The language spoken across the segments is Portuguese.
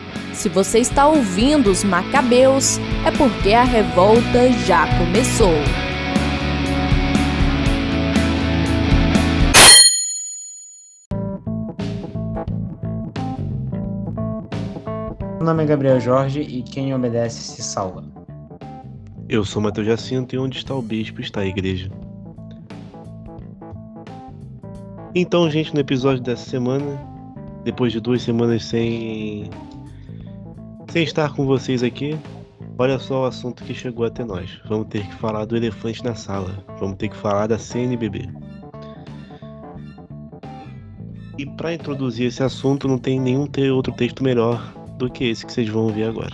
Se você está ouvindo os Macabeus, é porque a revolta já começou. Meu nome é Gabriel Jorge e quem obedece se salva. Eu sou Matheus Jacinto e onde está o bispo está a igreja. Então, gente, no episódio dessa semana, depois de 2 semanas sem estar com vocês aqui, olha só o assunto que chegou até nós. Vamos ter que falar do elefante na sala. Vamos ter que falar da CNBB. E para introduzir esse assunto, não tem nenhum outro texto melhor do que esse que vocês vão ouvir agora.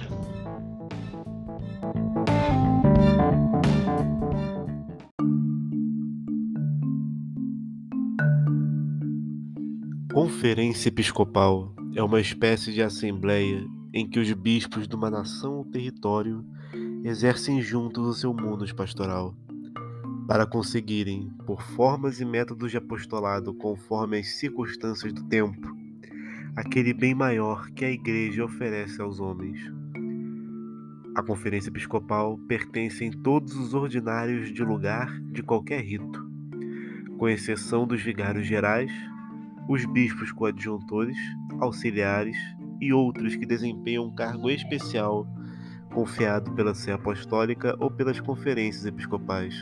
Conferência Episcopal é uma espécie de assembleia em que os bispos de uma nação ou território exercem juntos o seu munus pastoral, para conseguirem, por formas e métodos de apostolado conforme as circunstâncias do tempo, aquele bem maior que a Igreja oferece aos homens. A Conferência Episcopal pertence em todos os ordinários de lugar de qualquer rito, com exceção dos vigários gerais, os bispos coadjuntores, auxiliares e outros que desempenham um cargo especial confiado pela Sé Apostólica ou pelas conferências episcopais.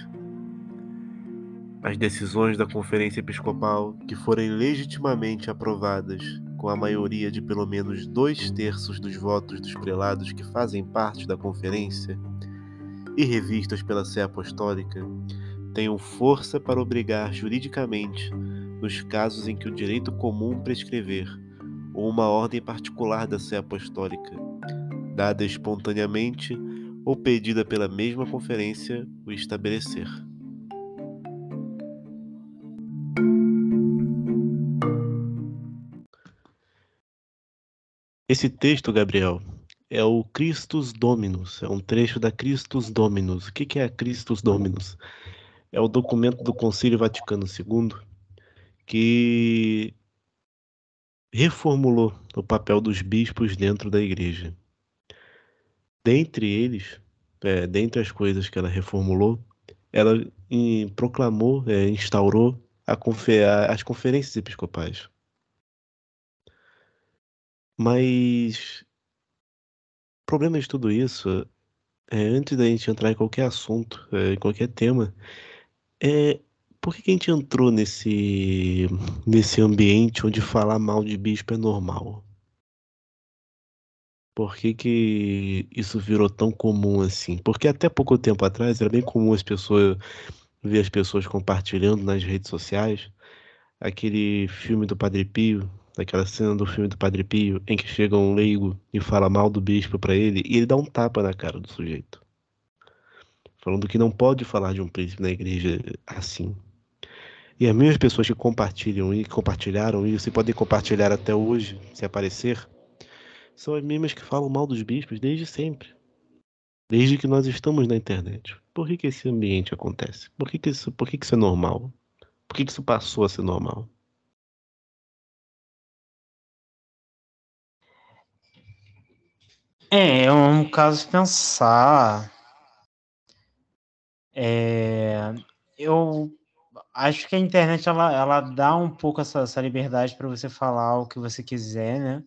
As decisões da Conferência Episcopal, que forem legitimamente aprovadas com a maioria de pelo menos 2/3 dos votos dos prelados que fazem parte da Conferência e revistas pela Sé Apostólica, tenham força para obrigar juridicamente, nos casos em que o direito comum prescrever, ou uma ordem particular da Sé Apostólica, dada espontaneamente ou pedida pela mesma conferência, o estabelecer. Esse texto, Gabriel, é o Christus Dominus, é um trecho da Christus Dominus. O que é a Christus Dominus? É o documento do Concílio Vaticano II que reformulou o papel dos bispos dentro da igreja. Dentre as coisas que ela reformulou, ela proclamou, instaurou as conferências episcopais. Mas o problema de tudo isso, antes da gente entrar em qualquer assunto, em qualquer tema, é por que a gente entrou nesse ambiente onde falar mal de bispo é normal? Por que isso virou tão comum assim? Porque até pouco tempo atrás era bem comum ver as pessoas compartilhando nas redes sociais aquele filme do Padre Pio, aquela cena do filme do Padre Pio, em que chega um leigo e fala mal do bispo pra ele, e ele dá um tapa na cara do sujeito, falando que não pode falar de um príncipe na igreja assim. E as mesmas pessoas que compartilharam isso e podem compartilhar até hoje, se aparecer, são as mesmas que falam mal dos bispos desde sempre. Desde que nós estamos na internet. Por que esse ambiente acontece? Por que isso é normal? Por que isso passou a ser normal? É um caso de pensar. Eu acho que a internet ela dá um pouco essa liberdade para você falar o que você quiser, né?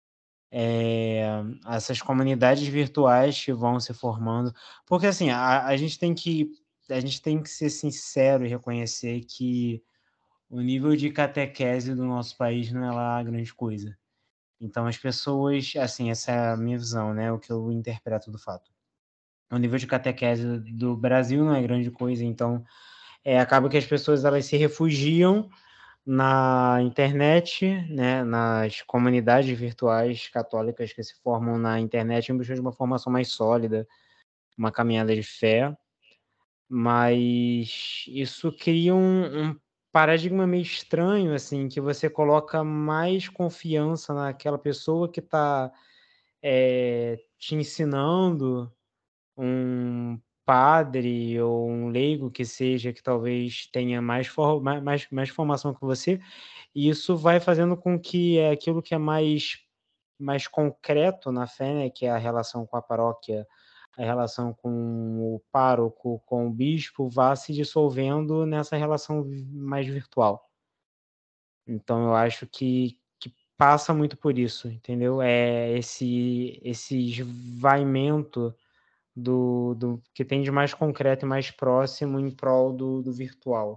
Essas comunidades virtuais que vão se formando, porque assim a gente tem que ser sincero e reconhecer que o nível de catequese do nosso país não é lá grande coisa. Então as pessoas, assim, essa é a minha visão, né, o que eu interpreto do fato. O nível de catequese do Brasil não é grande coisa, então, acaba que as pessoas elas se refugiam na internet, né, nas comunidades virtuais católicas que se formam na internet em busca de uma formação mais sólida, uma caminhada de fé, mas isso cria um paradigma meio estranho, assim, que você coloca mais confiança naquela pessoa que está te ensinando, um padre ou um leigo que seja, que talvez tenha mais formação que você, e isso vai fazendo com que aquilo que é mais mais concreto na fé, né, que é a relação com a paróquia, a relação com o pároco, com o bispo, vá se dissolvendo nessa relação mais virtual. Então eu acho que passa muito por isso, entendeu? É esse esvaimento do que tem de mais concreto e mais próximo em prol do virtual.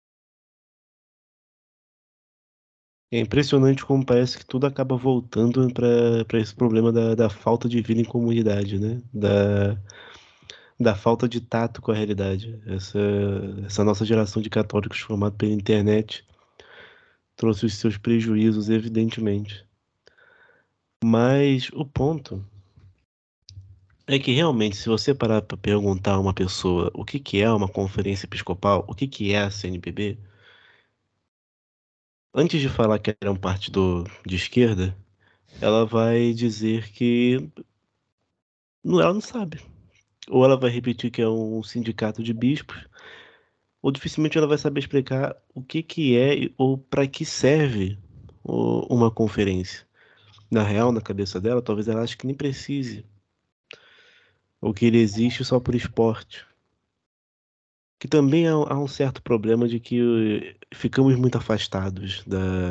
É impressionante como parece que tudo acaba voltando para esse problema da falta de vida em comunidade, né? Da falta de tato com a realidade. Essa nossa geração de católicos formada pela internet trouxe os seus prejuízos, evidentemente. Mas o ponto é que realmente, se você parar para perguntar a uma pessoa o que é uma conferência episcopal, o que é a CNBB, antes de falar que era um partido de esquerda, ela vai dizer que ela não sabe. Ou ela vai repetir que é um sindicato de bispos, ou dificilmente ela vai saber explicar o que é ou para que serve uma conferência. Na real, na cabeça dela, talvez ela ache que nem precise, ou que ele existe só por esporte. Que também há um certo problema de que ficamos muito afastados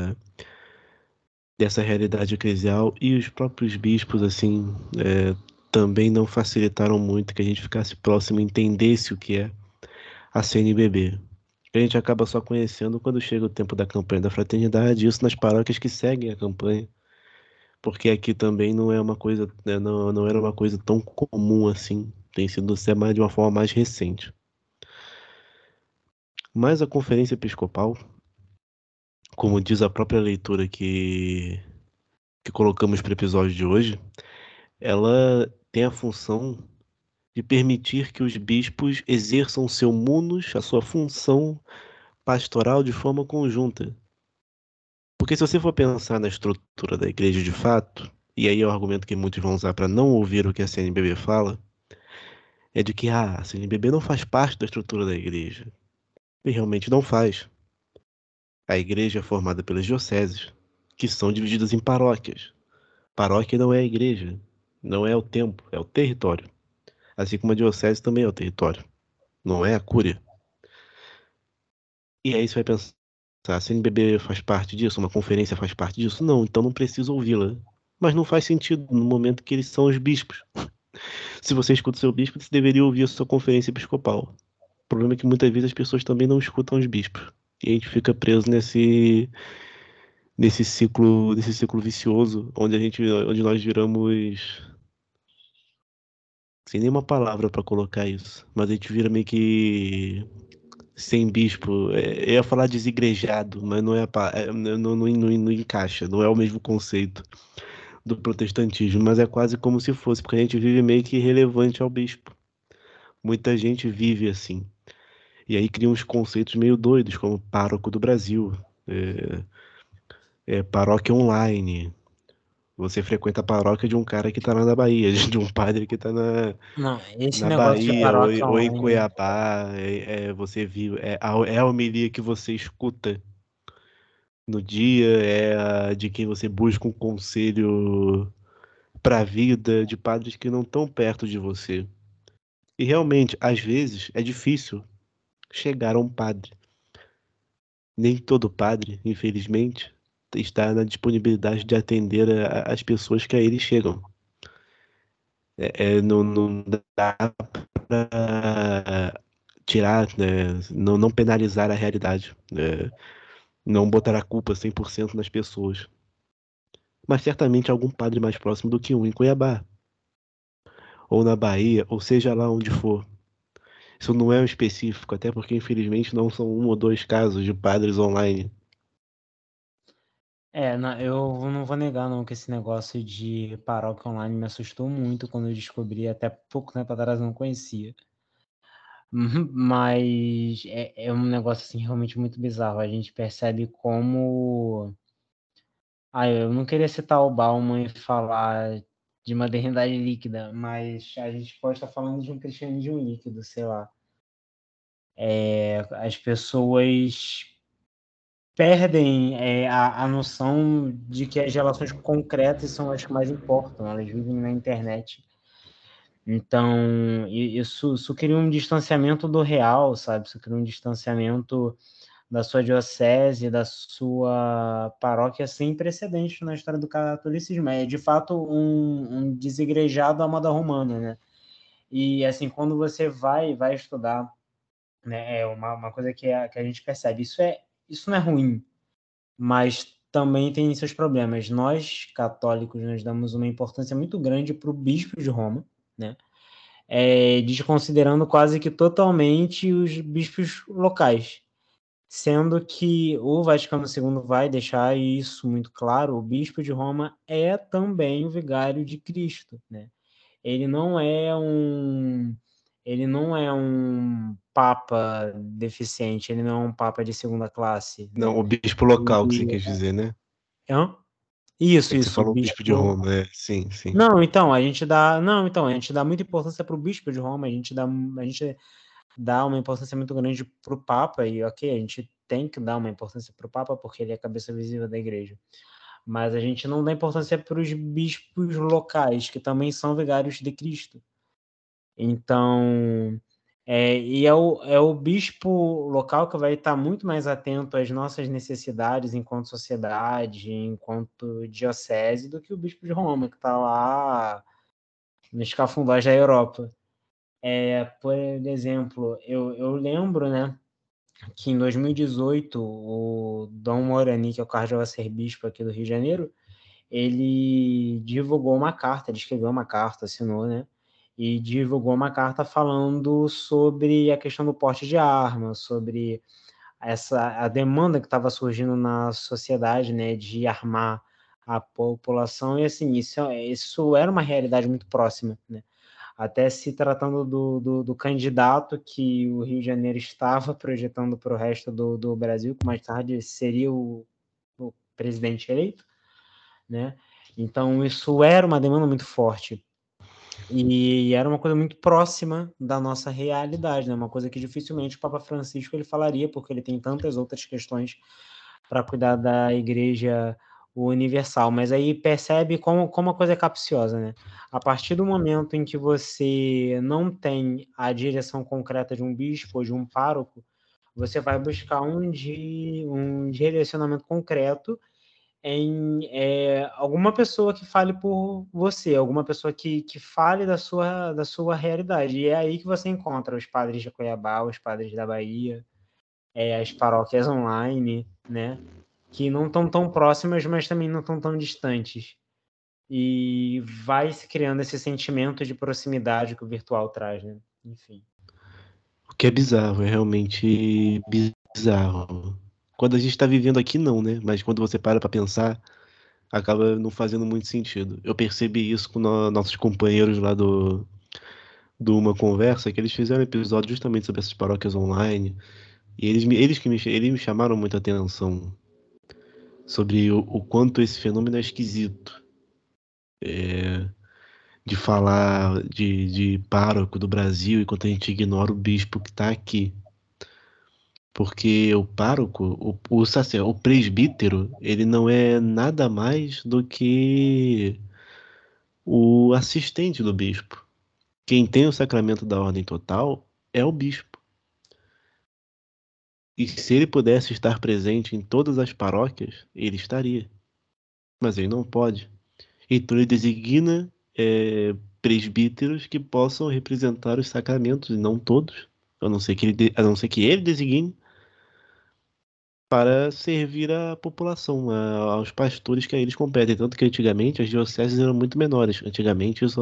dessa realidade eclesial e os próprios bispos, assim, também não facilitaram muito que a gente ficasse próximo e entendesse o que é a CNBB. A gente acaba só conhecendo quando chega o tempo da campanha da fraternidade, isso nas paróquias que seguem a campanha, porque aqui também não é uma coisa, né, não era uma coisa tão comum assim, tem sido mais de uma forma mais recente. Mas a Conferência Episcopal, como diz a própria leitura que colocamos para o episódio de hoje, ela tem a função de permitir que os bispos exerçam seu munus, a sua função pastoral de forma conjunta. Porque se você for pensar na estrutura da igreja de fato, e aí é o argumento que muitos vão usar para não ouvir o que a CNBB fala, é de que a CNBB não faz parte da estrutura da igreja. E realmente não faz. A igreja é formada pelas dioceses, que são divididas em paróquias. Paróquia não é a igreja, não é o templo, é o território. Assim como a diocese também é o território, não é a cúria. E aí você vai pensar, a CNBB faz parte disso? Uma conferência faz parte disso? Não, então não precisa ouvi-la. Mas não faz sentido no momento que eles são os bispos. Se você escuta o seu bispo, você deveria ouvir a sua conferência episcopal. O problema é que muitas vezes as pessoas também não escutam os bispos. E a gente fica preso nesse ciclo vicioso, onde nós viramos sem nenhuma palavra para colocar isso, mas a gente vira meio que sem bispo. Eu ia falar desigrejado, mas não é, não encaixa, não é o mesmo conceito do protestantismo, mas é quase como se fosse, porque a gente vive meio que irrelevante ao bispo. Muita gente vive assim. E aí cria uns conceitos meio doidos, como pároco do Brasil, paróquia online. Você frequenta a paróquia de um cara que tá lá na Bahia, de um padre que tá Não, esse na negócio de Bahia paróquia ou em online, Cuiabá. Você viu, é a homilia que você escuta no dia, é a de quem você busca um conselho para a vida, de padres que não estão perto de você. E realmente, às vezes, é difícil chegar a um padre. Nem todo padre, infelizmente, está na disponibilidade de atender as pessoas que a ele chegam. Não dá para tirar, né, não penalizar a realidade, né, não botar a culpa 100% nas pessoas. Mas certamente algum padre mais próximo do que um em Cuiabá, ou na Bahia, ou seja lá onde for. Isso não é um específico, até porque infelizmente não são um ou dois casos de padres online. eu não vou negar não que esse negócio de paróquia online me assustou muito quando eu descobri, até pouco tempo atrás eu não conhecia. Mas é um negócio, assim, realmente muito bizarro, a gente percebe como eu não queria citar o Bauman e falar de modernidade líquida, mas a gente pode estar falando de um cristianismo líquido, sei lá. As pessoas perdem a noção de que as relações concretas são as que mais importam, elas vivem na internet. Então, isso cria um distanciamento do real, sabe? Isso cria um distanciamento da sua diocese, da sua paróquia sem precedentes na história do catolicismo. É, de fato, um desigrejado à moda romana, né? E, assim, quando você vai estudar, né, é uma coisa que a gente percebe, isso não é ruim, mas também tem seus problemas. Nós, católicos, nós damos uma importância muito grande para o bispo de Roma, né? Desconsiderando quase que totalmente os bispos locais, sendo que o Vaticano II vai deixar isso muito claro, o bispo de Roma é também o vigário de Cristo, né? Ele não é um papa deficiente, ele não é um papa de segunda classe, né? Não, o bispo local que você Ele... quis dizer, né? Hã? É que você O falou bispo de bispo... Roma, sim, sim. Não, então, a gente dá muita importância para o bispo de Roma, a gente dá uma importância muito grande para o Papa, e ok, a gente tem que dar uma importância para o Papa, porque ele é a cabeça visível da igreja. Mas a gente não dá importância para os bispos locais, que também são vigários de Cristo. Então, é o bispo local que vai estar muito mais atento às nossas necessidades enquanto sociedade, enquanto diocese, do que o bispo de Roma, que está lá nos cafundós da Europa. Por exemplo, eu lembro, né, que em 2018 o Dom Morani, que é o cardeal arcebispo aqui do Rio de Janeiro, ele divulgou uma carta, ele escreveu uma carta, assinou, né? E divulgou uma carta falando sobre a questão do porte de armas, sobre a demanda que estava surgindo na sociedade, né, de armar a população, e assim, isso era uma realidade muito próxima, né? Até se tratando do candidato que o Rio de Janeiro estava projetando para o resto do Brasil, que mais tarde seria o presidente eleito, né? Então, isso era uma demanda muito forte. E era uma coisa muito próxima da nossa realidade, né? Uma coisa que dificilmente o Papa Francisco ele falaria, porque ele tem tantas outras questões para cuidar da Igreja Universal. Mas aí percebe como a coisa é capciosa, né? A partir do momento em que você não tem a direção concreta de um bispo ou de um pároco, você vai buscar um direcionamento concreto em alguma pessoa que fale por você, alguma pessoa que fale da sua realidade. E é aí que você encontra os padres de Cuiabá, os padres da Bahia, as paróquias online, né? Que não estão tão próximas, mas também não estão tão distantes. E vai se criando esse sentimento de proximidade que o virtual traz, né? Enfim. O que é bizarro, é realmente bizarro. Quando a gente tá vivendo aqui, não, né? Mas quando você para pra pensar, acaba não fazendo muito sentido. Eu percebi isso com nossos companheiros lá do Uma Conversa, que eles fizeram um episódio justamente sobre essas paróquias online. E eles me chamaram muita atenção sobre o quanto esse fenômeno é esquisito. De falar de pároco do Brasil enquanto a gente ignora o bispo que está aqui. Porque o pároco, o presbítero, ele não é nada mais do que o assistente do bispo. Quem tem o sacramento da ordem total é o bispo. E se ele pudesse estar presente em todas as paróquias, ele estaria. Mas ele não pode. Então ele designa presbíteros que possam representar os sacramentos, e não todos, a não ser que ele designe para servir a população, aos pastores que a eles competem. Tanto que antigamente as dioceses eram muito menores. Antigamente, isso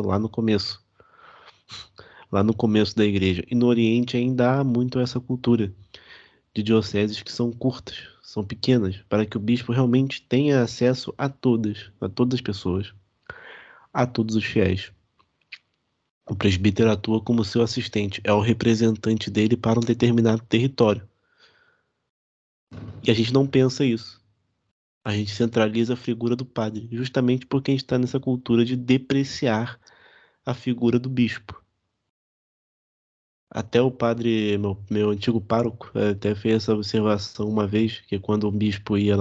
lá no começo da igreja. E no Oriente ainda há muito essa cultura de dioceses que são curtas, são pequenas, para que o bispo realmente tenha acesso a todas as pessoas, a todos os fiéis. O presbítero atua como seu assistente, é o representante dele para um determinado território. E a gente não pensa isso. A gente centraliza a figura do padre, justamente porque a gente está nessa cultura de depreciar a figura do bispo. Até o padre, meu antigo pároco, até fez essa observação uma vez, que quando o bispo ia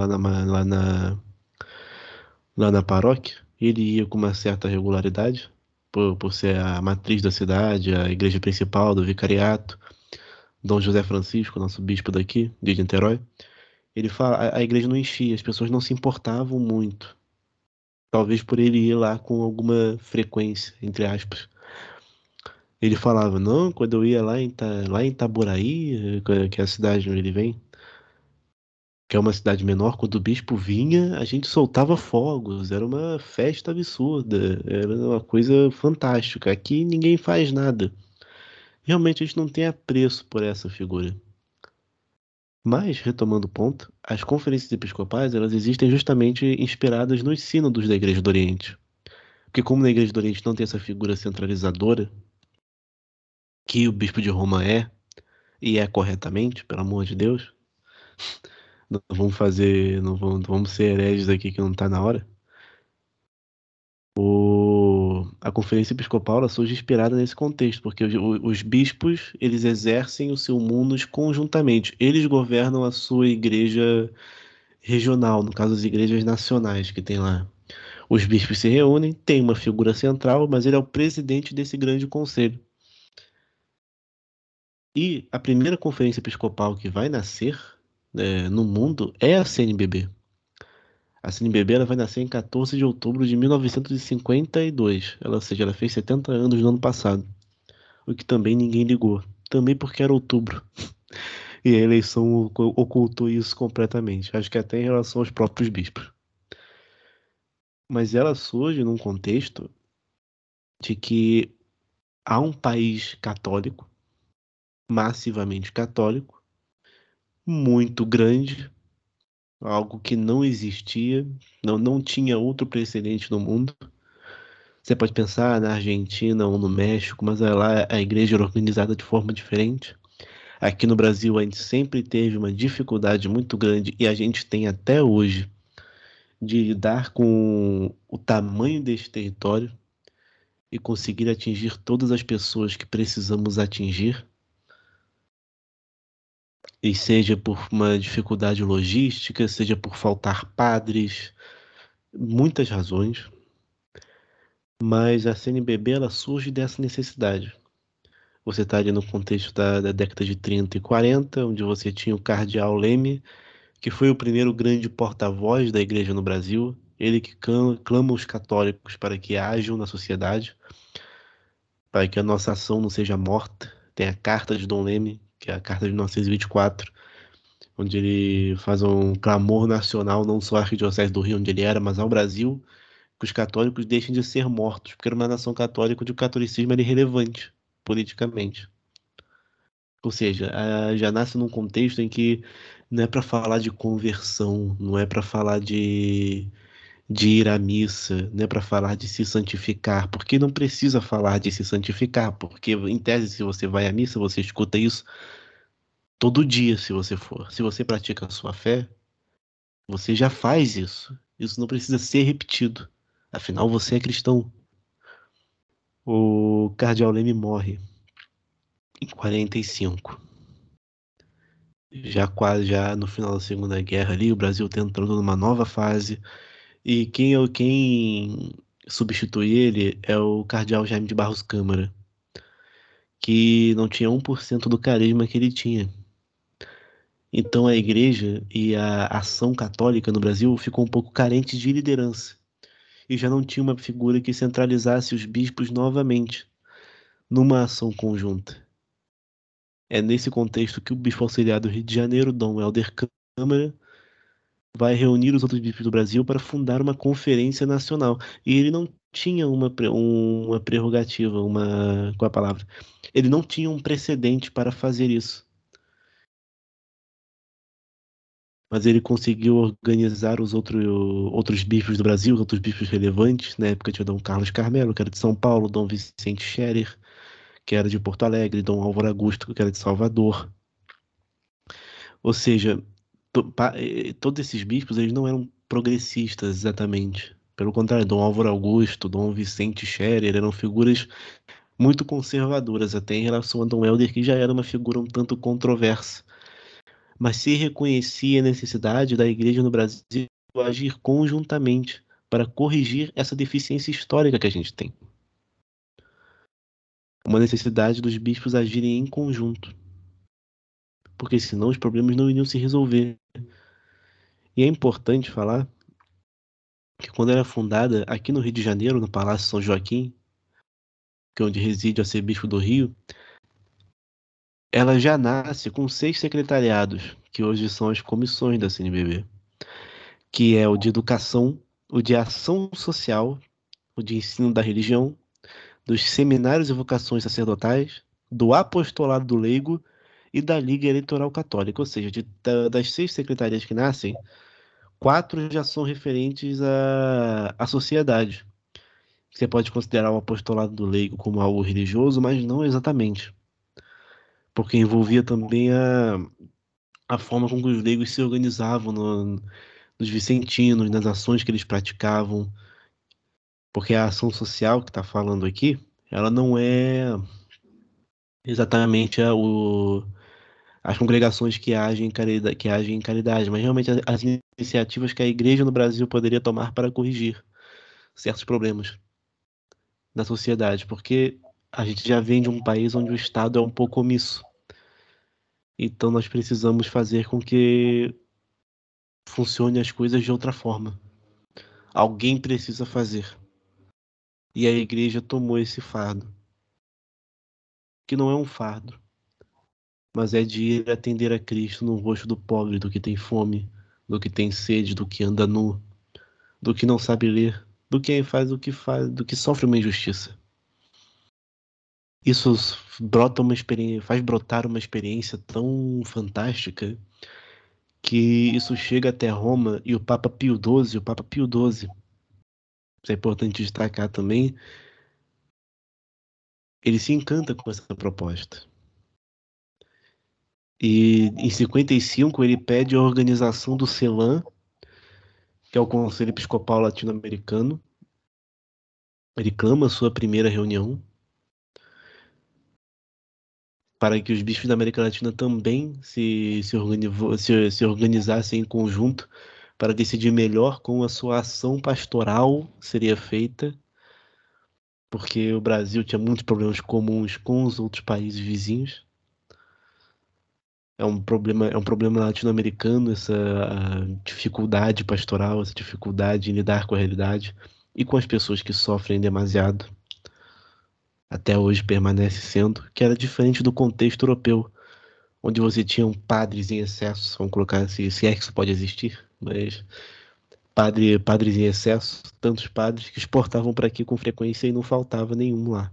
lá na paróquia, ele ia com uma certa regularidade, por ser a matriz da cidade, a igreja principal do vicariato, Dom José Francisco, nosso bispo daqui, de Niterói. Ele fala, a igreja não enchia, as pessoas não se importavam muito. Talvez por ele ir lá com alguma frequência, entre aspas. Ele falava, não, quando eu ia lá em Itaboraí, que é a cidade onde ele vem, que é uma cidade menor, quando o bispo vinha, a gente soltava fogos, era uma festa absurda, era uma coisa fantástica. Aqui ninguém faz nada. Realmente a gente não tem apreço por essa figura. Mas, retomando o ponto, as conferências episcopais, elas existem justamente inspiradas nos sínodos da Igreja do Oriente. Porque como na Igreja do Oriente não tem essa figura centralizadora, que o bispo de Roma é, e é corretamente, pelo amor de Deus, não vamos fazer, não vamos ser hereges aqui que não está na hora. A conferência episcopal ela surge inspirada nesse contexto, porque os bispos eles exercem o seu munus conjuntamente. Eles governam a sua igreja regional, no caso as igrejas nacionais que tem lá. Os bispos se reúnem, tem uma figura central, mas ele é o presidente desse grande conselho. E a primeira conferência episcopal que vai nascer no mundo é a CNBB. A CNBB ela vai nascer em 14 de outubro de 1952. Ou seja, ela fez 70 anos no ano passado. O que também ninguém ligou. Também porque era outubro. E a eleição ocultou isso completamente. Acho que até em relação aos próprios bispos. Mas ela surge num contexto de que há um país católico, massivamente católico, muito grande, algo que não existia, não tinha outro precedente no mundo. Você pode pensar na Argentina ou no México, mas lá a igreja era organizada de forma diferente. Aqui no Brasil a gente sempre teve uma dificuldade muito grande e a gente tem até hoje de lidar com o tamanho deste território e conseguir atingir todas as pessoas que precisamos atingir. E seja por uma dificuldade logística, seja por faltar padres, muitas razões. Mas a CNBB ela surge dessa necessidade. Você está ali no contexto da década de 30 e 40, onde você tinha o cardeal Leme, que foi o primeiro grande porta-voz da igreja no Brasil, ele que clama os católicos para que hajam na sociedade, para que a nossa ação não seja morta. Tem a carta de Dom Leme, que é a carta de 1924, onde ele faz um clamor nacional, não só à Arquidiocese do Rio, onde ele era, mas ao Brasil, que os católicos deixem de ser mortos, porque era uma nação católica onde o catolicismo era irrelevante politicamente. Ou seja, já nasce num contexto em que não é para falar de conversão, não é para falar de ir à missa, não é para falar de se santificar, porque não precisa falar de se santificar, porque em tese, se você vai à missa, você escuta isso todo dia, se você for. Se você pratica a sua fé, você já faz isso. Isso não precisa ser repetido. Afinal, você é cristão. O cardeal Leme morre em 45. Já no final da Segunda Guerra ali, o Brasil tá entrando numa nova fase. E quem substitui ele é o cardeal Jaime de Barros Câmara, que não tinha 1% do carisma que ele tinha. Então a igreja e a ação católica no Brasil ficou um pouco carente de liderança. E já não tinha uma figura que centralizasse os bispos novamente numa ação conjunta. É nesse contexto que o bispo auxiliar do Rio de Janeiro, Dom Helder Câmara, vai reunir os outros bispos do Brasil para fundar uma conferência nacional. E ele não tinha uma prerrogativa, qual é a palavra? Ele não tinha um precedente para fazer isso. Mas ele conseguiu organizar os outros bispos do Brasil, os outros bispos relevantes. Na época tinha Dom Carlos Carmelo, que era de São Paulo, Dom Vicente Scherer, que era de Porto Alegre, Dom Álvaro Augusto, que era de Salvador. Ou seja, todos esses bispos eles não eram progressistas exatamente. Pelo contrário, Dom Álvaro Augusto, Dom Vicente Scherer eram figuras muito conservadoras até em relação a Dom Helder, que já era uma figura um tanto controversa. Mas se reconhecia a necessidade da Igreja no Brasil agir conjuntamente para corrigir essa deficiência histórica que a gente tem. Uma necessidade dos bispos agirem em conjunto, porque senão os problemas não iriam se resolver. E é importante falar que quando era fundada aqui no Rio de Janeiro, no Palácio São Joaquim, que é onde reside o arcebispo do Rio, ela já nasce com 6 secretariados, que hoje são as comissões da CNBB, que é o de educação, o de ação social, o de ensino da religião, dos seminários e vocações sacerdotais, do apostolado do leigo e da Liga Eleitoral Católica. Ou seja, das 6 secretarias que nascem, 4 já são referentes à sociedade. Você pode considerar o apostolado do leigo como algo religioso, mas não exatamente, porque envolvia também a forma como os leigos se organizavam nos vicentinos, nas ações que eles praticavam, porque a ação social que está falando aqui, ela não é exatamente as congregações que agem em caridade, mas realmente as iniciativas que a igreja no Brasil poderia tomar para corrigir certos problemas na sociedade, porque a gente já vem de um país onde o Estado é um pouco omisso. Então nós precisamos fazer com que funcione as coisas de outra forma. Alguém precisa fazer. E a igreja tomou esse fardo, que não é um fardo, mas é de ir atender a Cristo no rosto do pobre, do que tem fome, do que tem sede, do que anda nu, do que não sabe ler, do que faz, do que sofre uma injustiça. Isso brota uma experiência, faz brotar uma experiência tão fantástica que isso chega até Roma e o Papa Pio XII, isso é importante destacar também, ele se encanta com essa proposta. E em 55 ele pede a organização do CELAM, que é o Conselho Episcopal Latino-Americano. Ele clama a sua primeira reunião para que os bispos da América Latina também se organizassem em conjunto para decidir melhor como a sua ação pastoral seria feita, porque o Brasil tinha muitos problemas comuns com os outros países vizinhos. É um problema latino-americano, essa dificuldade pastoral, essa dificuldade em lidar com a realidade e com as pessoas que sofrem demasiado. Até hoje permanece sendo, que era diferente do contexto europeu, onde você tinha padres em excesso, vamos colocar assim, se é que isso pode existir, mas padres em excesso, tantos padres que exportavam para aqui com frequência e não faltava nenhum lá.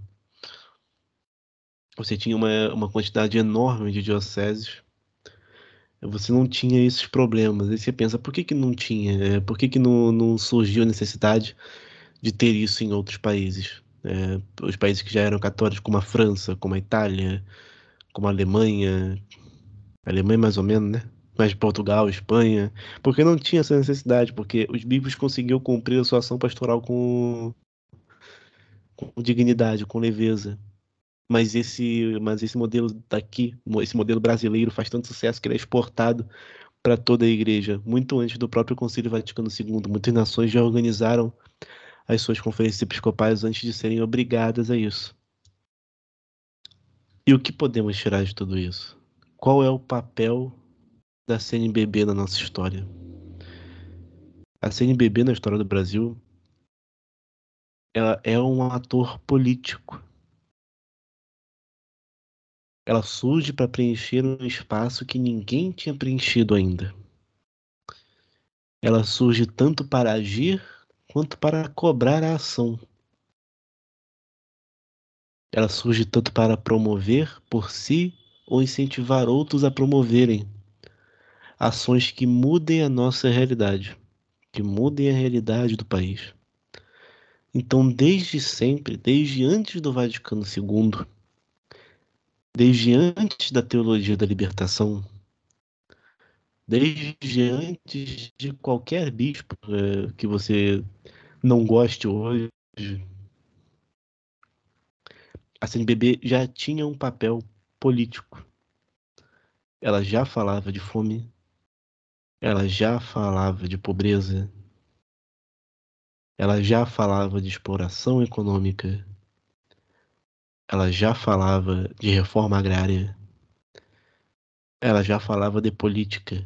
Você tinha uma quantidade enorme de dioceses, você não tinha esses problemas. Aí você pensa, por que que não tinha? Por que que não surgiu a necessidade de ter isso em outros países? Os países que já eram católicos, como a França, como a Itália, como a Alemanha mais ou menos, né? Mas Portugal, Espanha, porque não tinha essa necessidade, porque os bispos conseguiam cumprir a sua ação pastoral com dignidade, com leveza. Mas esse modelo daqui, esse modelo brasileiro faz tanto sucesso que ele é exportado para toda a igreja, muito antes do próprio Concílio Vaticano II. Muitas nações já organizaram as suas conferências episcopais antes de serem obrigadas a isso. E o que podemos tirar de tudo isso? Qual é o papel da CNBB na nossa história? A CNBB na história do Brasil, ela é um ator político. Ela surge para preencher um espaço que ninguém tinha preenchido ainda. Ela surge tanto para agir quanto para cobrar a ação. Ela surge tanto para promover por si ou incentivar outros a promoverem ações que mudem a nossa realidade, que mudem a realidade do país. Então, desde sempre, desde antes do Vaticano II, desde antes da teologia da libertação, desde antes de qualquer bispo que você não goste hoje, A CNBB já tinha um papel político. Ela já falava de fome, ela já falava de pobreza, ela já falava de exploração econômica, ela já falava de reforma agrária, ela já falava de política.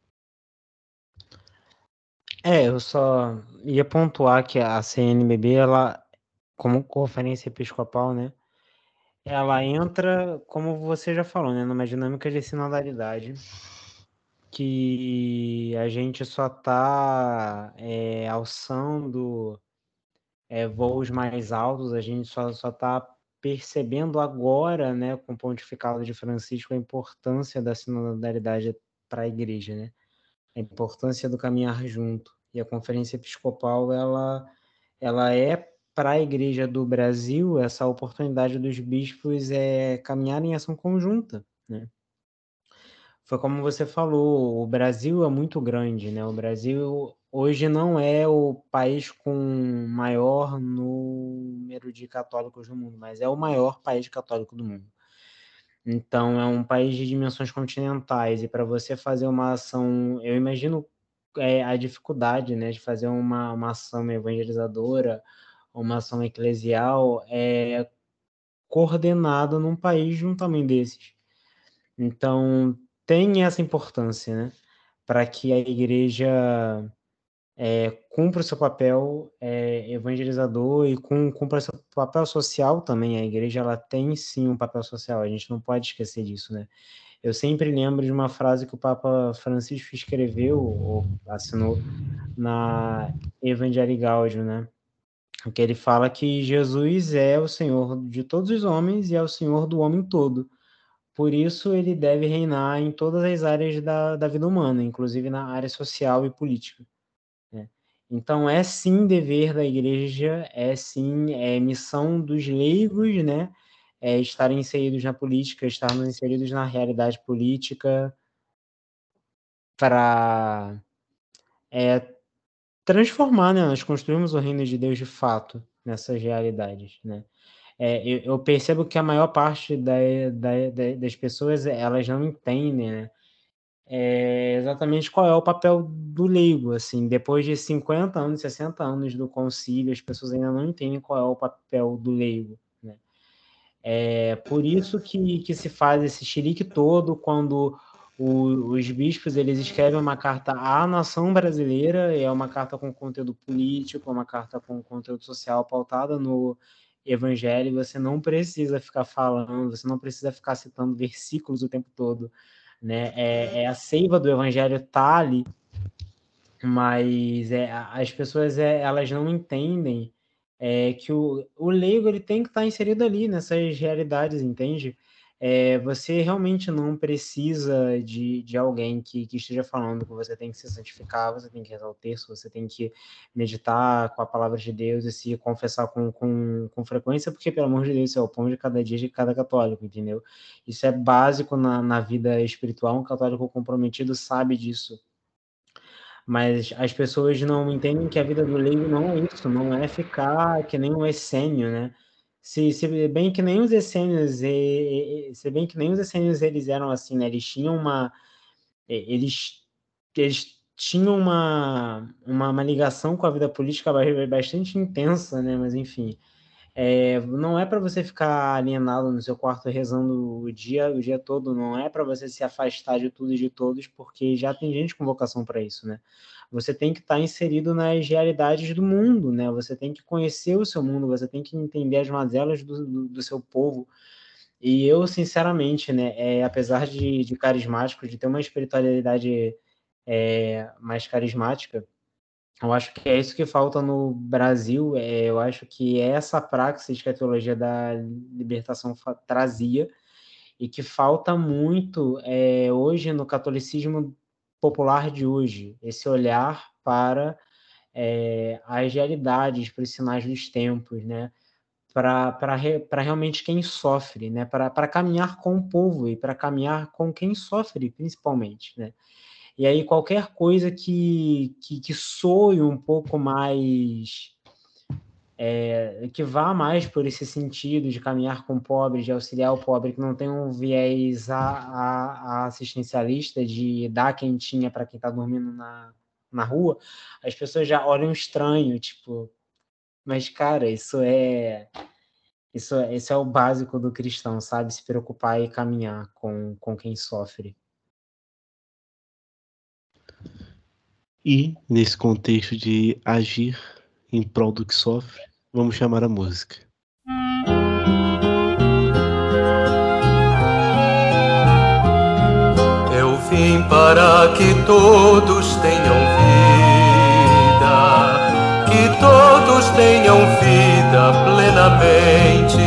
Eu só ia pontuar que a CNBB, ela, como conferência episcopal, né, ela entra, como você já falou, né, numa dinâmica de sinodalidade, que a gente só está alçando voos mais altos, a gente só está percebendo agora, né, com o pontificado de Francisco, a importância da sinodalidade para a igreja, né? A importância do caminhar junto. E a Conferência Episcopal, ela é para a Igreja do Brasil essa oportunidade dos bispos caminharem em ação conjunta, né? Foi como você falou, o Brasil é muito grande, né? O Brasil hoje não é o país com maior número de católicos do mundo, mas é o maior país católico do mundo. Então, é um país de dimensões continentais, e para você fazer uma ação, eu imagino a dificuldade, né, de fazer uma ação evangelizadora, uma ação eclesial, coordenada num país de um tamanho desses. Então, tem essa importância, né, para que a igreja cumpra o seu papel evangelizador e cumpra seu papel social também. A igreja, ela tem sim um papel social, a gente não pode esquecer disso, né? Eu sempre lembro de uma frase que o Papa Francisco escreveu ou assinou na Evangelii Gaudium, né? Que ele fala que Jesus é o Senhor de todos os homens e é o Senhor do homem todo. Por isso, ele deve reinar em todas as áreas da vida humana, inclusive na área social e política, né? Então, é sim dever da igreja, é sim missão dos leigos, né? Estarem inseridos na política, estarmos inseridos na realidade política para transformar, né? Nós construímos o reino de Deus de fato nessas realidades, né? Eu percebo que a maior parte das pessoas, elas não entendem, né? Exatamente qual é o papel do leigo, assim, depois de 50 anos, 60 anos do concílio, as pessoas ainda não entendem qual é o papel do leigo, né? Por isso que se faz esse chilique todo quando os bispos, eles escrevem uma carta à nação brasileira, é uma carta com conteúdo político, uma carta com conteúdo social pautada no evangelho. Você não precisa ficar falando, você não precisa ficar citando versículos o tempo todo, né? A seiva do evangelho tá ali, mas as pessoas elas não entendem que o leigo, ele tem que estar inserido ali nessas realidades, entende? Você realmente não precisa de alguém que esteja falando que você tem que se santificar, você tem que rezar o terço, você tem que meditar com a palavra de Deus e se confessar com frequência, porque, pelo amor de Deus, isso é o pão de cada dia de cada católico, entendeu? Isso é básico na vida espiritual, um católico comprometido sabe disso. Mas as pessoas não entendem que a vida do leigo não é isso, não é ficar que nem um essênio, né? Se bem que nem os essênios, se bem que nem os essênios eles eram assim, né? Eles, eles tinham uma ligação com a vida política bastante intensa, né? Mas enfim, não é para você ficar alienado no seu quarto rezando o dia todo, não é para você se afastar de tudo e de todos, porque já tem gente com vocação para isso, né? Você tem que estar inserido nas realidades do mundo, né? Você tem que conhecer o seu mundo, você tem que entender as mazelas do seu povo. E eu, sinceramente, né, apesar de carismático, de ter uma espiritualidade mais carismática, eu acho que é isso que falta no Brasil. Eu acho que é essa praxis que a teologia da libertação trazia e que falta muito hoje no catolicismo popular de hoje, esse olhar para as realidades, para os sinais dos tempos, né? Para realmente quem sofre, né? Para caminhar com o povo e para caminhar com quem sofre, principalmente, né? E aí qualquer coisa que soe um pouco mais que vá mais por esse sentido de caminhar com o pobre, de auxiliar o pobre, que não tem um viés assistencialista de dar quentinha para quem está dormindo na rua, as pessoas já olham estranho, tipo, mas, cara, isso é o básico do cristão, sabe? Se preocupar e caminhar com quem sofre. E, nesse contexto de agir em prol do que sofre, vamos chamar a música. Eu vim para que todos tenham vida, que todos tenham vida plenamente.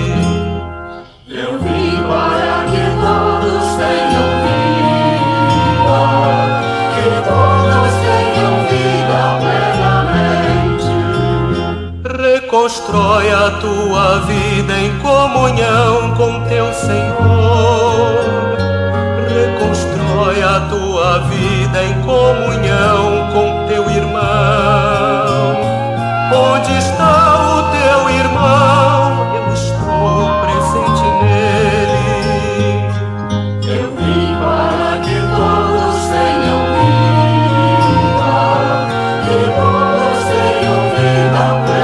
Eu vim para que todos tenham vida, que todos tenham vida plenamente. Reconstrói a tua vida em comunhão com teu Senhor. Reconstrói a tua vida em comunhão com teu irmão. Onde está o teu irmão? Eu estou presente nele. Eu vim para que todos tenham vida, que todos tenham vida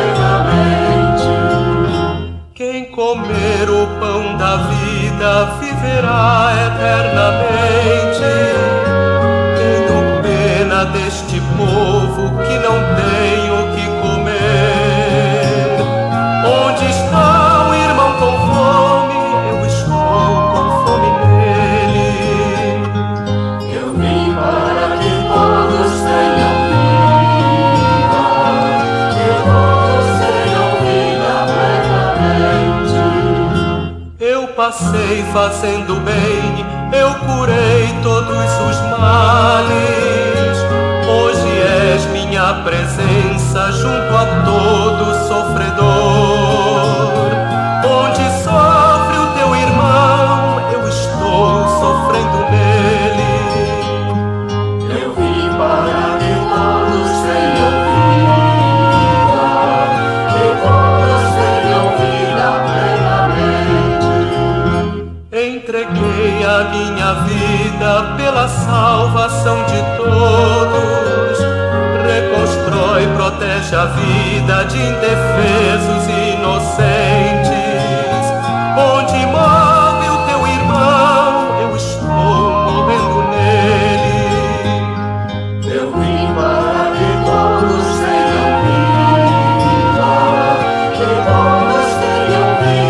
plenamente. Quem comer o pão da vida viverá eternamente. Tenho pena deste povo que não tem o que comer. Onde está o irmão com fome? Eu estou com fome nele. Eu vim para que todos tenham vida, que todos tenham vida plenamente. Eu passei fazendo bem, eu curei todos os males. Hoje és minha presença junto a todo sofredor. Onde sofre o teu irmão, eu estou sofrendo nele. Eu vim para que todos tenham vida, que todos tenham vida plenamente. Entreguei a minha vida pela salvação de todos. Reconstrói, protege a vida de indefesos e inocentes. Onde morre o teu irmão, eu estou morrendo nele. Eu vim para que todos tenham vida, que todos tenham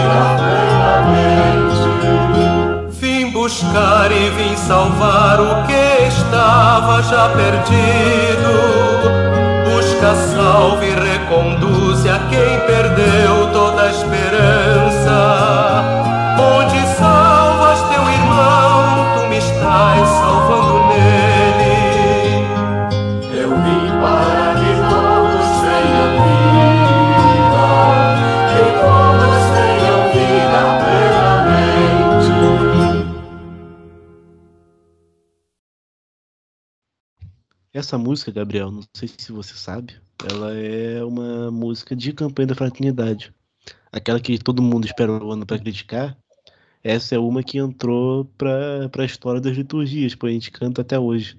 vida plenamente. Vim buscar e vim salvar o que estava já perdido. Busca, salva e reconduze a quem perdeu toda a esperança. Onde salvas teu irmão, tu me estás salvando nele. Eu vim para que todos tenham vida, que todos tenham vida plenamente. Essa música, Gabriel, não sei se você sabe, ela é uma música de campanha da fraternidade. Aquela que todo mundo espera o ano para criticar, essa é uma que entrou para a história das liturgias, pô, a gente canta até hoje.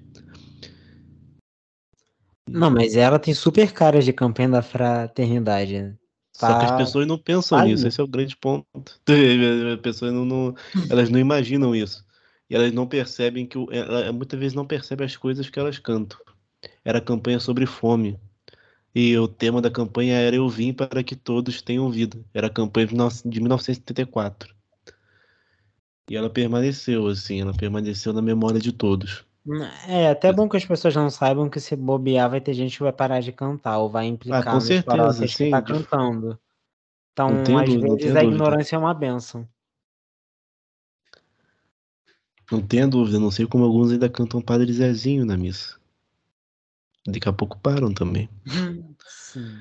Não, mas ela tem super caras de campanha da fraternidade, né? Só que as pessoas não pensam nisso, esse é o grande ponto. As pessoas elas não imaginam isso. E elas não percebem que muitas vezes não percebem as coisas que elas cantam. Era campanha sobre fome. E o tema da campanha era Eu Vim para que Todos Tenham Vida. Era a campanha de 1974. E ela permaneceu, assim, ela permaneceu na memória de todos. É até bom que as pessoas não saibam que se bobear vai ter gente que vai parar de cantar ou vai implicar com nas certeza, paróquias que sim, tá cantando. Então, não tenho às dúvida, não vezes, tenho a dúvida. ignorância é uma bênção. Não tenha dúvida, não sei como alguns ainda cantam Padre Zezinho na missa. Daqui a pouco param também. Sim.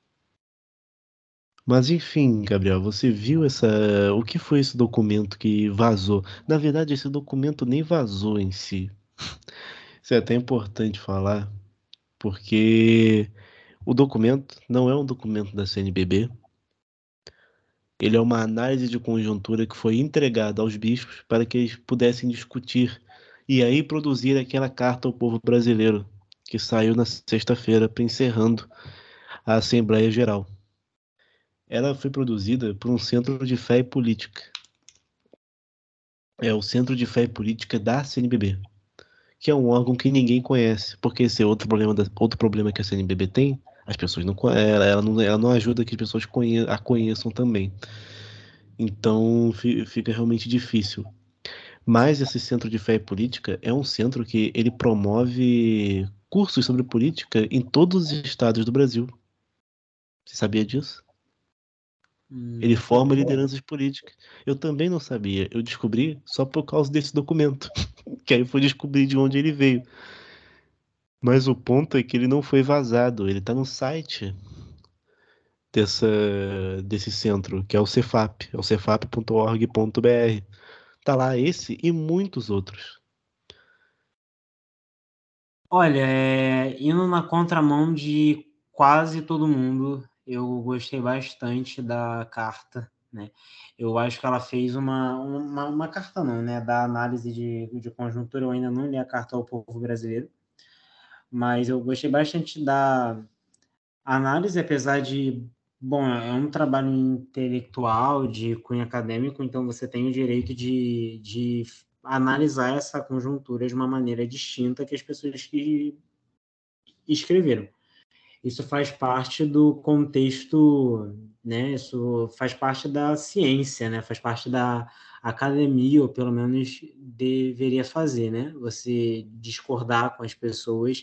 Mas enfim, Gabriel, você viu o que foi esse documento que vazou? Na verdade, esse documento nem vazou em si. Isso é até importante falar, porque O documento não é um documento da CNBB, ele é uma análise de conjuntura que foi entregada aos bispos para que eles pudessem discutir e aí produzir aquela carta ao povo brasileiro, que saiu na sexta-feira, encerrando a Assembleia Geral. Ela foi produzida por um centro de fé e política. É o Centro de Fé e Política da CNBB, que é um órgão que ninguém conhece, porque esse é outro problema que a CNBB tem, as pessoas não conhecem, ela não ajuda que as pessoas a conheçam também. Então fica realmente difícil. Mas esse Centro de Fé e Política é um centro que ele promove cursos sobre política em todos os estados do Brasil. Você sabia disso? Ele Não forma sabia. lideranças políticas. Eu também não sabia. Eu descobri só por causa desse documento. Que aí foi descobrir de onde ele veio. Mas o ponto é que ele não foi vazado. Ele está no site desse centro, que é o Cefap. É o cefap.org.br. Tá lá esse e muitos outros. Olha, indo na contramão de quase todo mundo, eu gostei bastante da carta, né? Eu acho que ela fez uma carta não, né? Da análise de conjuntura, eu ainda não li a carta ao povo brasileiro, mas eu gostei bastante da análise, apesar de, bom, é um trabalho intelectual, de cunho acadêmico, então você tem o direito de analisar essa conjuntura de uma maneira distinta que as pessoas que escreveram. Isso faz parte do contexto, né? Isso faz parte da ciência, né? Faz parte da academia, ou pelo menos deveria fazer, né? Você discordar com as pessoas,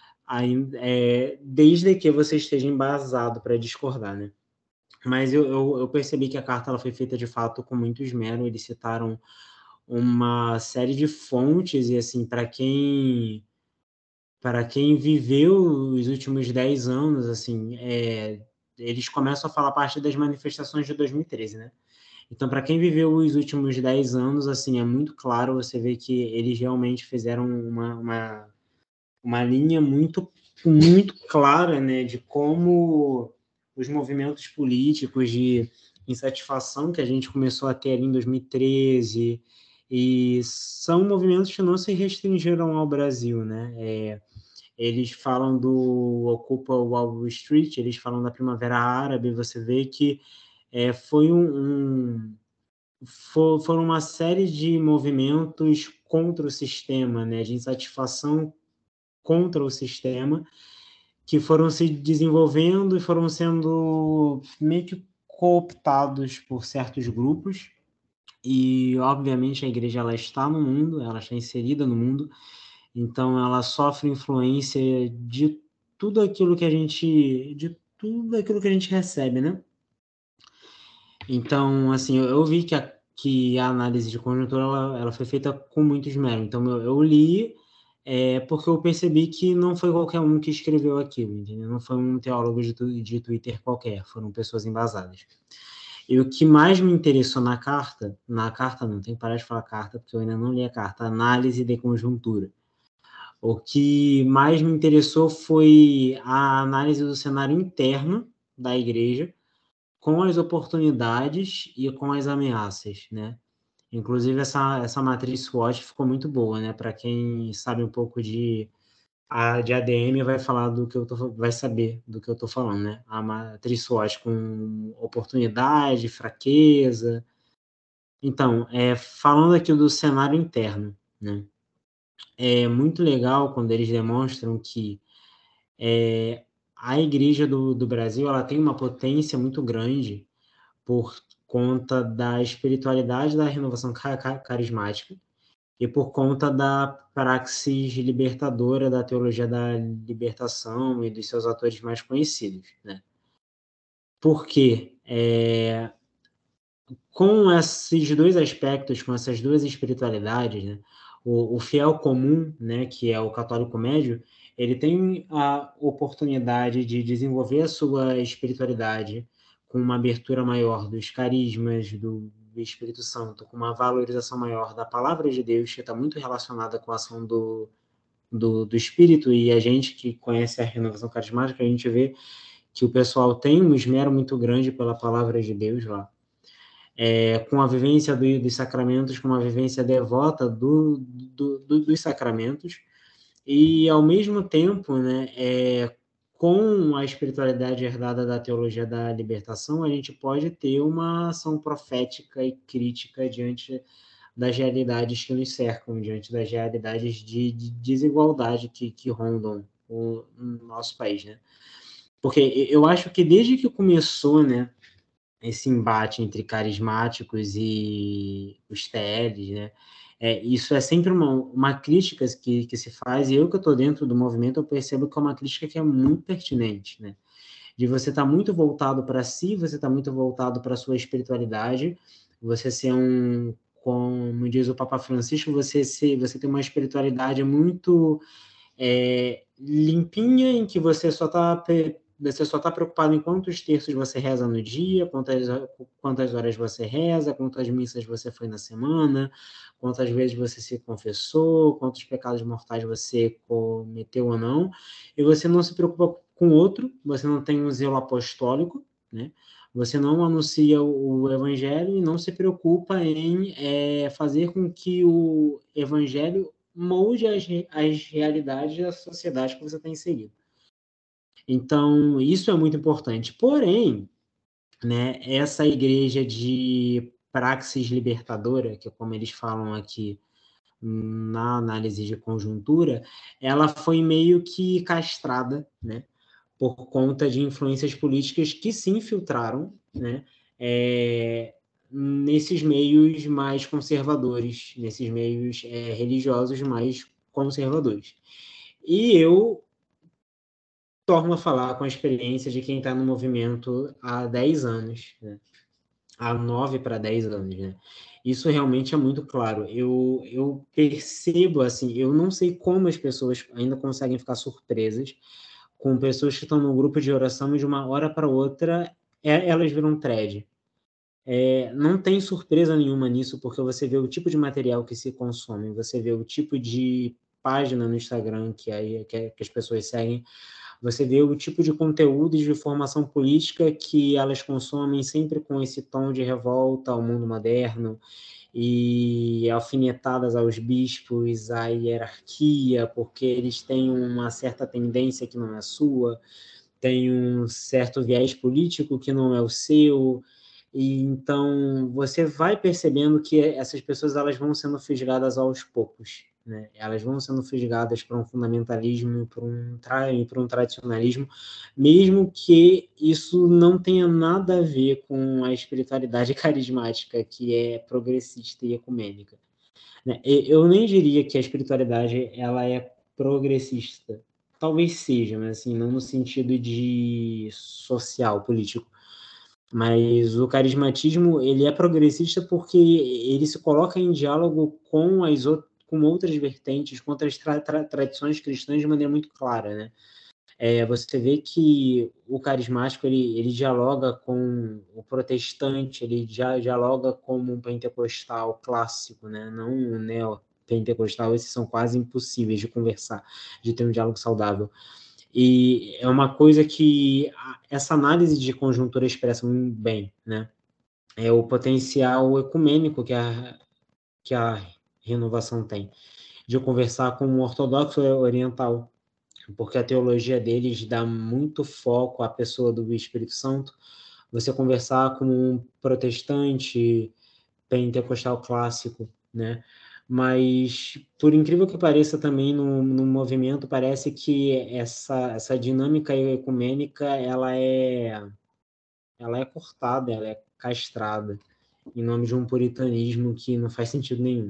desde que você esteja embasado para discordar, né? Mas eu percebi que a carta ela foi feita de fato com muito esmero. Eles citaram uma série de fontes e assim para quem viveu os últimos 10 anos, assim, eles começam a falar a partir das manifestações de 2013, né? Então, para quem viveu os últimos 10 anos, assim, é muito claro, você vê que eles realmente fizeram uma linha muito, muito clara, né, de como os movimentos políticos de insatisfação que a gente começou a ter ali em 2013, e são movimentos que não se restringiram ao Brasil, né? Eles falam do Ocupa Wall Street, eles falam da Primavera Árabe, você vê que foram uma série de movimentos contra o sistema, né, de insatisfação contra o sistema, que foram se desenvolvendo e foram sendo meio que cooptados por certos grupos, e obviamente a igreja ela está no mundo, ela está inserida no mundo, então ela sofre influência de tudo aquilo que a gente recebe, né? Então, assim, eu vi que a análise de conjuntura ela foi feita com muito esmero. Então, eu li porque eu percebi que não foi qualquer um que escreveu aquilo, entendeu? Não foi um teólogo de Twitter qualquer, foram pessoas embasadas. E o que mais me interessou na carta não, tem que parar de falar carta, porque eu ainda não li a carta, análise de conjuntura. O que mais me interessou foi a análise do cenário interno da igreja, com as oportunidades e com as ameaças, né? Inclusive, essa matriz SWOT ficou muito boa, né? Para quem sabe um pouco de ADM vai saber do que eu estou falando, né? A matriz SWOT com oportunidade, fraqueza. Então, falando aqui do cenário interno, né? É muito legal quando eles demonstram que a igreja do Brasil ela tem uma potência muito grande por conta da espiritualidade da renovação carismática e por conta da praxis libertadora da teologia da libertação e dos seus autores mais conhecidos, né? Porque com esses dois aspectos, com essas duas espiritualidades, né, o fiel comum, né, que é o católico médio, ele tem a oportunidade de desenvolver a sua espiritualidade com uma abertura maior dos carismas do Espírito Santo, com uma valorização maior da palavra de Deus, que está muito relacionada com a ação do espírito, e a gente que conhece a renovação carismática, a gente vê que o pessoal tem um esmero muito grande pela palavra de Deus lá. Com a vivência dos sacramentos, com uma vivência devota dos sacramentos, e, ao mesmo tempo, né, com a espiritualidade herdada da teologia da libertação, a gente pode ter uma ação profética e crítica diante das realidades que nos cercam, diante das realidades de desigualdade que rondam o nosso país, né? Porque eu acho que desde que começou, né, esse embate entre carismáticos e os TLs, né, isso é sempre uma crítica que se faz, e eu que estou dentro do movimento, eu percebo que é uma crítica que é muito pertinente, né? De você estar muito voltado para si, você está muito voltado para a sua espiritualidade, você ser como diz o Papa Francisco, você tem uma espiritualidade muito limpinha, em que você só está preocupado em quantos terços você reza no dia, quantas horas você reza, quantas missas você foi na semana, quantas vezes você se confessou, quantos pecados mortais você cometeu ou não, e você não se preocupa com o outro, você não tem um zelo apostólico, né? Você não anuncia o evangelho e não se preocupa em fazer com que o evangelho molde as realidades da sociedade que você está inserido. Então, isso é muito importante. Porém, né, essa igreja de praxis libertadora, que é como eles falam aqui na análise de conjuntura, ela foi meio que castrada, né, por conta de influências políticas que se infiltraram, né, nesses meios mais conservadores, nesses meios religiosos mais conservadores. E eu torno a falar com a experiência de quem está no movimento há 10 anos, né? Há 9 para 10 anos, né? Isso realmente é muito claro. Eu percebo, assim, eu não sei como as pessoas ainda conseguem ficar surpresas com pessoas que estão no grupo de oração e de uma hora para outra elas viram thread. Não tem surpresa nenhuma nisso, porque você vê o tipo de material que se consome, você vê o tipo de página no Instagram que as pessoas seguem, você vê o tipo de conteúdo e de formação política que elas consomem, sempre com esse tom de revolta ao mundo moderno e alfinetadas aos bispos, à hierarquia, porque eles têm uma certa tendência que não é sua, tem um certo viés político que não é o seu, e então você vai percebendo que essas pessoas elas vão sendo fisgadas aos poucos, né? Elas vão sendo fisgadas para um fundamentalismo e para um tradicionalismo, mesmo que isso não tenha nada a ver com a espiritualidade carismática, que é progressista e ecumênica, né? Eu nem diria que a espiritualidade ela é progressista. Talvez seja, mas assim, não no sentido de social, político. Mas o carismatismo, ele é progressista porque ele se coloca em diálogo com outras vertentes, com outras tradições cristãs de maneira muito clara, né? Você vê que o carismático, ele dialoga com o protestante, ele dialoga como um pentecostal clássico, né? Não um neopentecostal, esses são quase impossíveis de conversar, de ter um diálogo saudável. E é uma coisa que essa análise de conjuntura expressa muito bem, né? É o potencial ecumênico que a renovação tem, de conversar com um ortodoxo oriental, porque a teologia deles dá muito foco à pessoa do Espírito Santo. Você conversar com um protestante pentecostal clássico, né? Mas, por incrível que pareça, também no movimento, parece que essa dinâmica ecumênica, ela é cortada, ela é castrada, em nome de um puritanismo que não faz sentido nenhum.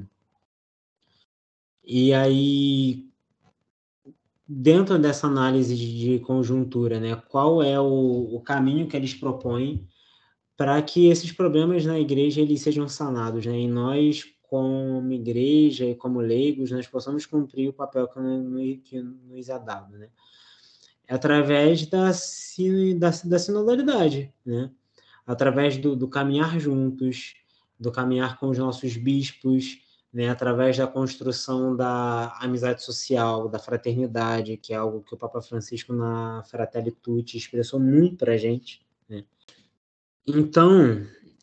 E aí, dentro dessa análise de conjuntura, né, qual é o caminho que eles propõem para que esses problemas na igreja eles sejam sanados, né? E nós, como igreja e como leigos, nós possamos cumprir o papel que nos é dado, né? Através da sinodalidade, né? Através do caminhar juntos, do caminhar com os nossos bispos, né, através da construção da amizade social, da fraternidade, que é algo que o Papa Francisco na Fratelli Tutti expressou muito para a gente, né? Então,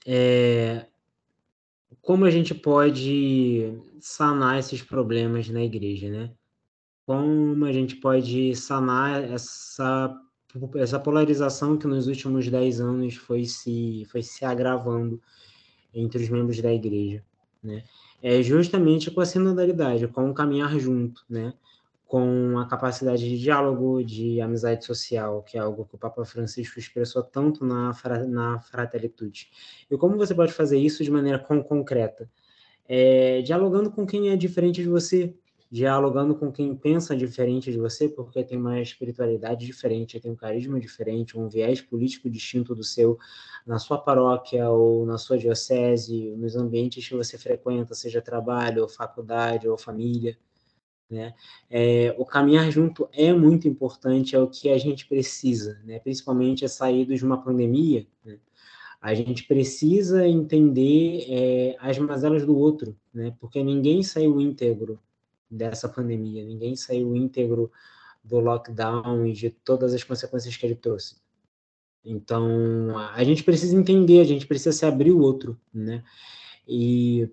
como a gente pode sanar esses problemas na igreja, né? Como a gente pode sanar essa polarização que nos últimos 10 anos foi se agravando entre os membros da igreja, né? É justamente com a sinodalidade, com o caminhar junto, né? Com a capacidade de diálogo, de amizade social, que é algo que o Papa Francisco expressou tanto na Fratelli Tutti. E como você pode fazer isso de maneira concreta? Dialogando com quem é diferente de você, dialogando com quem pensa diferente de você, porque tem uma espiritualidade diferente, tem um carisma diferente, um viés político distinto do seu, na sua paróquia ou na sua diocese, nos ambientes que você frequenta, seja trabalho, ou faculdade, ou família, né? O caminhar junto é muito importante, é o que a gente precisa, né? Principalmente saídos de uma pandemia, né? A gente precisa entender as mazelas do outro, né? Porque ninguém saiu íntegro dessa pandemia, ninguém saiu íntegro do lockdown e de todas as consequências que ele trouxe. Então, a gente precisa entender, a gente precisa se abrir o outro, né? E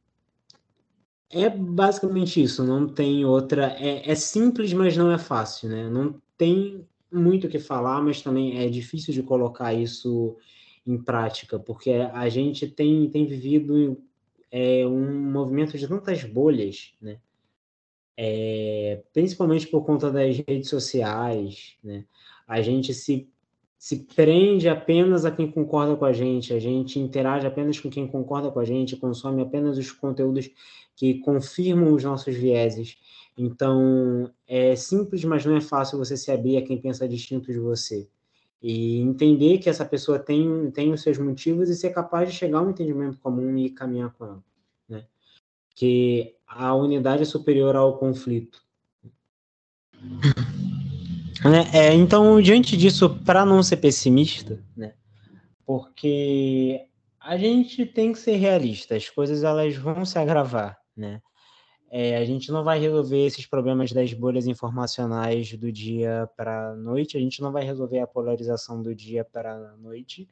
é basicamente isso, não tem outra. É simples, mas não é fácil, né? Não tem muito o que falar, mas também é difícil de colocar isso em prática, porque a gente tem vivido um movimento de tantas bolhas, né? Principalmente por conta das redes sociais, né? A gente se prende apenas a quem concorda com a gente interage apenas com quem concorda com a gente, consome apenas os conteúdos que confirmam os nossos vieses. Então, é simples, mas não é fácil você se abrir a quem pensa distinto de você. E entender que essa pessoa tem os seus motivos e ser capaz de chegar a um entendimento comum e caminhar com ela, né? Que a unidade é superior ao conflito. Então, diante disso, para não ser pessimista, né? Porque a gente tem que ser realista, as coisas elas vão se agravar, né? A gente não vai resolver esses problemas das bolhas informacionais do dia para a noite, a gente não vai resolver a polarização do dia para a noite.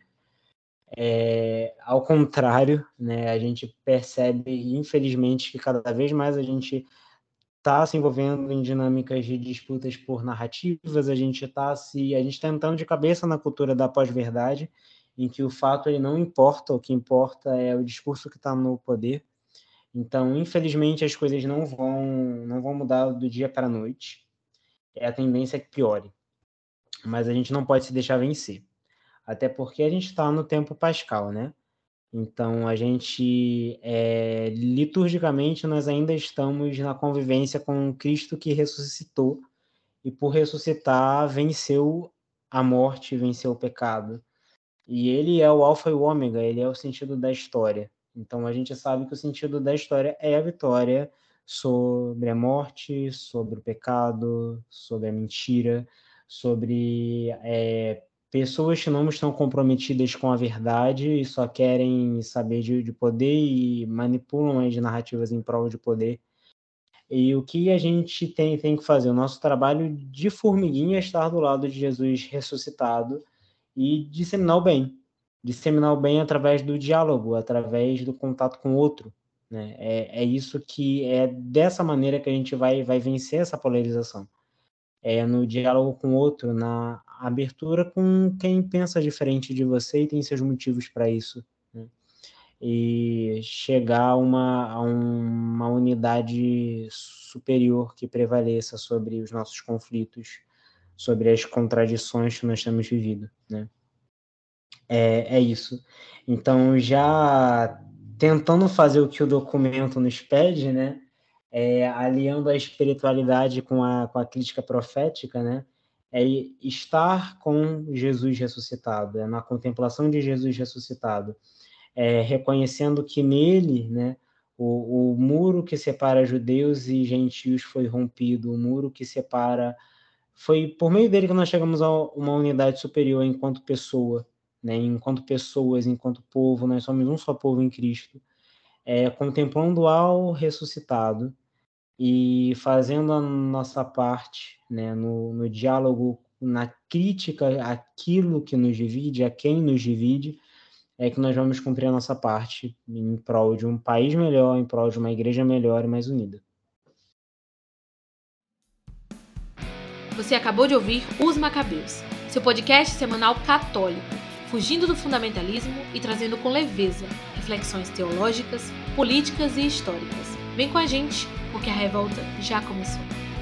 Ao contrário, né? A gente percebe, infelizmente, que cada vez mais a gente está se envolvendo em dinâmicas de disputas por narrativas, a gente está entrando de cabeça na cultura da pós-verdade, em que o fato ele não importa, o que importa é o discurso que está no poder. Então, infelizmente, as coisas não vão mudar do dia para a noite. A tendência é que piore. Mas a gente não pode se deixar vencer. Até porque a gente está no tempo pascal, né? Então, a gente, liturgicamente, nós ainda estamos na convivência com Cristo que ressuscitou, e por ressuscitar, venceu a morte, venceu o pecado. E ele é o alfa e o ômega, ele é o sentido da história. Então, a gente sabe que o sentido da história é a vitória sobre a morte, sobre o pecado, sobre a mentira, sobre pessoas que não estão comprometidas com a verdade e só querem saber de poder e manipulam as narrativas em prol de poder. E o que a gente tem que fazer? O nosso trabalho de formiguinha é estar do lado de Jesus ressuscitado e disseminar o bem. Disseminar o bem através do diálogo, através do contato com o outro, né? Isso que é dessa maneira que a gente vai vencer essa polarização. No diálogo com o outro, na abertura com quem pensa diferente de você e tem seus motivos para isso, né? E chegar a uma unidade superior que prevaleça sobre os nossos conflitos, sobre as contradições que nós temos vivido, né? É isso. Então, já tentando fazer o que o documento nos pede, né? Aliando a espiritualidade com a crítica profética, né? Estar com Jesus ressuscitado, na contemplação de Jesus ressuscitado, reconhecendo que nele, né, o muro que separa judeus e gentios foi rompido, o muro que separa... Foi por meio dele que nós chegamos a uma unidade superior enquanto pessoa, né? Enquanto pessoas, enquanto povo, nós somos um só povo em Cristo. contemplando ao ressuscitado e fazendo a nossa parte, né, no diálogo, na crítica àquilo que nos divide, a quem nos divide, é que nós vamos cumprir a nossa parte em prol de um país melhor, em prol de uma igreja melhor e mais unida. Você acabou de ouvir Os Macabeus, seu podcast semanal católico, fugindo do fundamentalismo e trazendo com leveza reflexões teológicas, políticas e históricas. Vem com a gente, porque a revolta já começou.